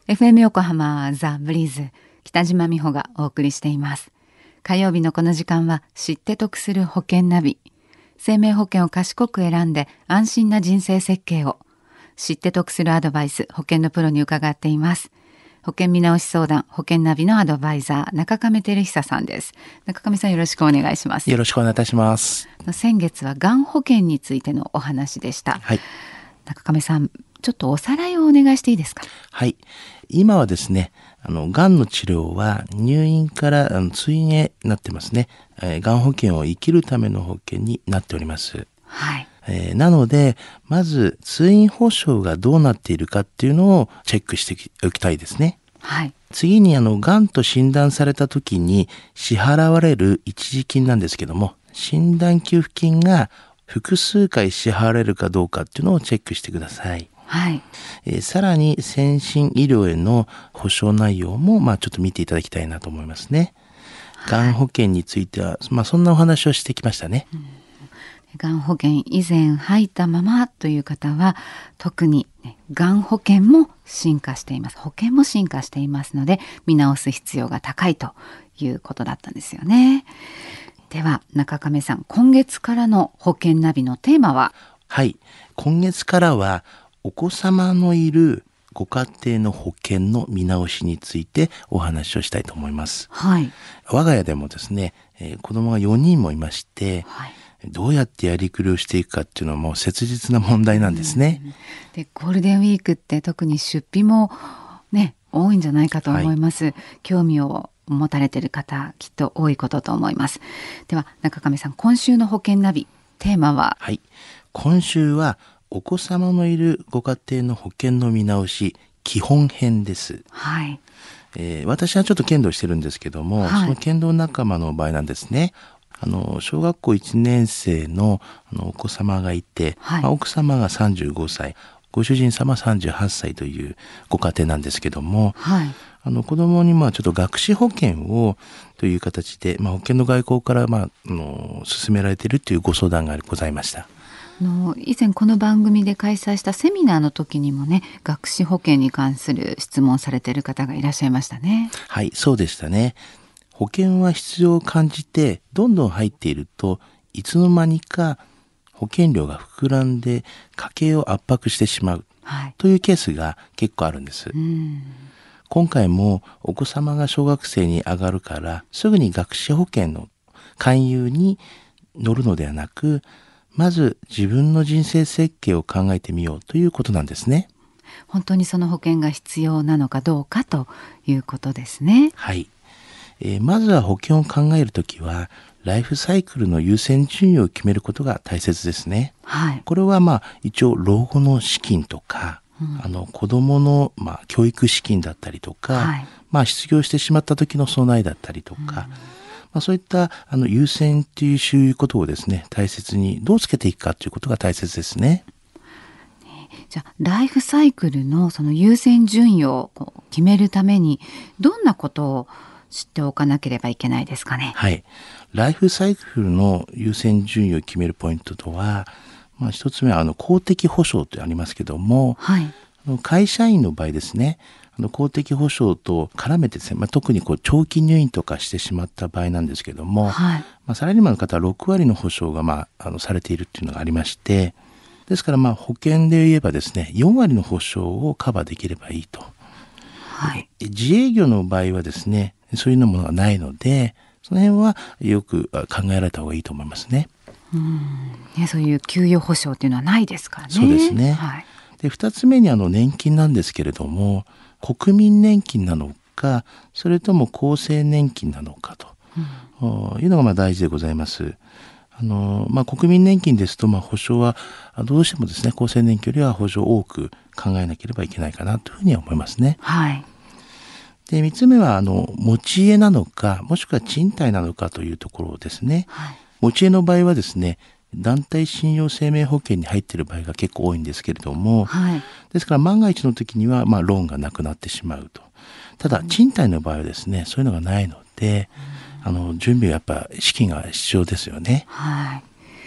FM 横浜ザ・ブリーズ、北島美穂がお送りしています。火曜日のこの時間は知って得する保険ナビ。生命保険を賢く選んで安心な人生設計を。知って得するアドバイス、保険のプロに伺っています。保険見直し相談、保険ナビのアドバイザー、中亀照久さんです。中亀さん、よろしくお願いします。 よろしくお願いいたします。 先月はがん保険についてのお話でした。 はい。 中亀さん、ちょっとおさらいをお願いしていいですか？ はい。今はですね、がんの治療は入院から通院へなってますね。がん保険を生きるための保険になっております。 はい。 なので、まず通院保障がどうなっているかっていうのをチェックしておきたいですね。 はい。 次にがんと診断された時に支払われる一時金なんですけども、診断給付金が複数回支払われるかどうかっていうのをチェックしてください。 はい。 さらに先進医療への保障内容もちょっと見ていただきたいなと思いますね。がん保険については、そんなお話をしてきましたね。 がん保険以前入ったままという方は特に、がん保険も進化しています。保険も進化していますので見直す必要が高いということだったんですよね。では中亀さん、今月からの保険ナビのテーマは？ はい。今月からはお子様のいるご家庭の保険の見直しについてお話をしたいと思います。 はい。 我が家でもですね、子供が4人もいまして、 はい、 どうやってやりくりをしていくかっていうのはもう切実な問題なんですね。 でゴールデンウィークって特に出費もね多いんじゃないかと思います。はい、興味を持たれている方きっと多いことと思います。では中亀さん、今週の保険ナビテーマは？ はい、今週はお子様のいるご家庭の保険の見直し基本編です。 はい。 私はちょっと剣道してるんですけども、その剣道仲間の場合なんですね。小学校1年生のお子様がいて、奥様が35歳、ご主人様38歳というご家庭なんですけども、子供にちょっと学資保険をという形で、保険の外交から進められているというご相談がございました。 以前この番組で開催したセミナーの時にもね、学資保険に関する質問されている方がいらっしゃいましたね。 はい、そうでしたね。保険は必要を感じてどんどん入っていると、いつの間にか保険料が膨らんで家計を圧迫してしまうというケースが結構あるんです。今回もお子様が小学生に上がるからすぐに学資保険の勧誘に乗るのではなく、まず自分の人生設計を考えてみようということなんですね。 本当にその保険が必要なのかどうかということですね。 はい。まずは保険を考えるときはライフサイクルの優先順位を決めることが大切ですね。 はい。 これは一応老後の資金とか、子供の教育資金だったりとか、失業してしまった時の備えだったりとか、そういった優先っていうことをですね、大切にどうつけていくかということが大切ですね。 じゃあライフサイクルのその優先順位を決めるためにどんなことを知っておかなければいけないですかね？ はい。ライフサイクルの優先順位を決めるポイントとは、一つ目は公的保障とありますけども、会社員の場合ですね、公的保障と絡めてですね、特に長期入院とかしてしまった場合なんですけども、サラリーマンの方は6割の保障がされているっていうのがありまして、ですから保険で言えばですね、4割の保障をカバーできればいいと。自営業の場合はですね、そういうものがないので、その辺はよく考えられた方がいいと思いますね。 そういう給与保障っていうのはないですからね。 そうですね。で、2つ目に年金なんですけれども、国民年金なのか、それとも厚生年金なのかというのが大事でございます。国民年金ですと保障はどうしてもですね、厚生年金よりは保障を多く考えなければいけないかなというふうには思いますね。で、3つ目は持ち家なのか、もしくは賃貸なのかというところですね。持ち家の場合はですね、団体信用生命保険に入っている場合が結構多いんですけれども、ですから万が一の時にはローンがなくなってしまうと。ただ賃貸の場合はですね、そういうのがないので、準備はやっぱ資金が必要ですよね。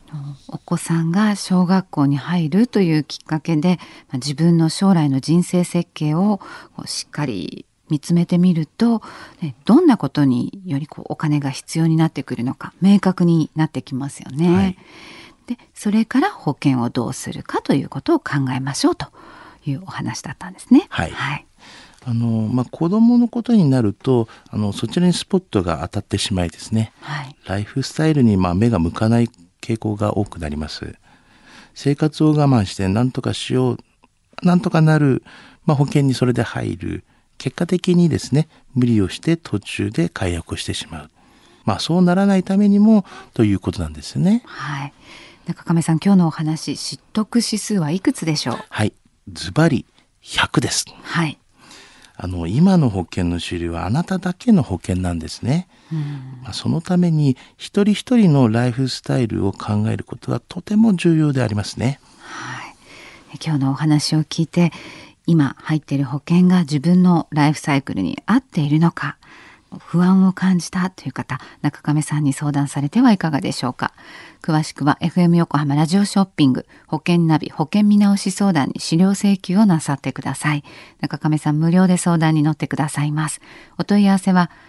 お子さんが小学校に入るというきっかけで、自分の将来の人生設計をしっかり見つめてみると、どんなことによりお金が必要になってくるのか明確になってきますよね。はい、でそれから保険をどうするかということを考えましょうというお話だったんですね。 はい、はい、子供のことになるとそちらにスポットが当たってしまいですね、はい、ライフスタイルに目が向かない傾向が多くなります。生活を我慢して何とかしよう、何とかなる、保険にそれで入る、結果的にですね無理をして途中で解約をしてしまう、そうならないためにもということなんですよね。 はい、中亀さん、今日のお話、知得指数はいくつでしょう？ はい、ズバリ100です。 はい、 今の保険の種類はあなただけの保険なんですね。そのために一人一人のライフスタイルを考えることはとても重要でありますね。 はい、今日のお話を聞いて、今入っている保険が自分のライフサイクルに合っているのか不安を感じたという方、中亀さんに相談されてはいかがでしょうか。詳しくは FM 横浜ラジオショッピング保険ナビ保険見直し相談に資料請求をなさってください。中亀さん、無料で相談に乗ってくださいます。お問い合わせは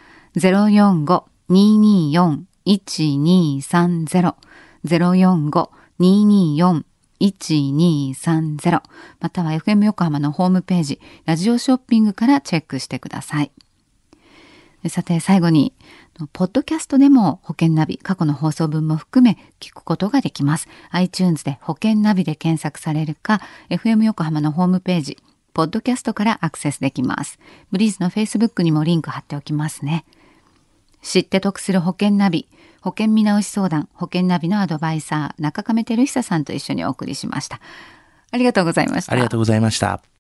045-224-1230 045-224-1230 または FM 横浜のホームページラジオショッピングからチェックしてください。さて、最後にポッドキャストでも保険ナビ過去の放送分も含め聞くことができます。 iTunes で保険ナビで検索されるか FM 横浜のホームページポッドキャストからアクセスできます。ブリーズの Facebook にもリンク貼っておきますね。知って得する保険ナビ保険見直し相談保険ナビのアドバイザー中亀照久さんと一緒にお送りしました。ありがとうございました。 ありがとうございました。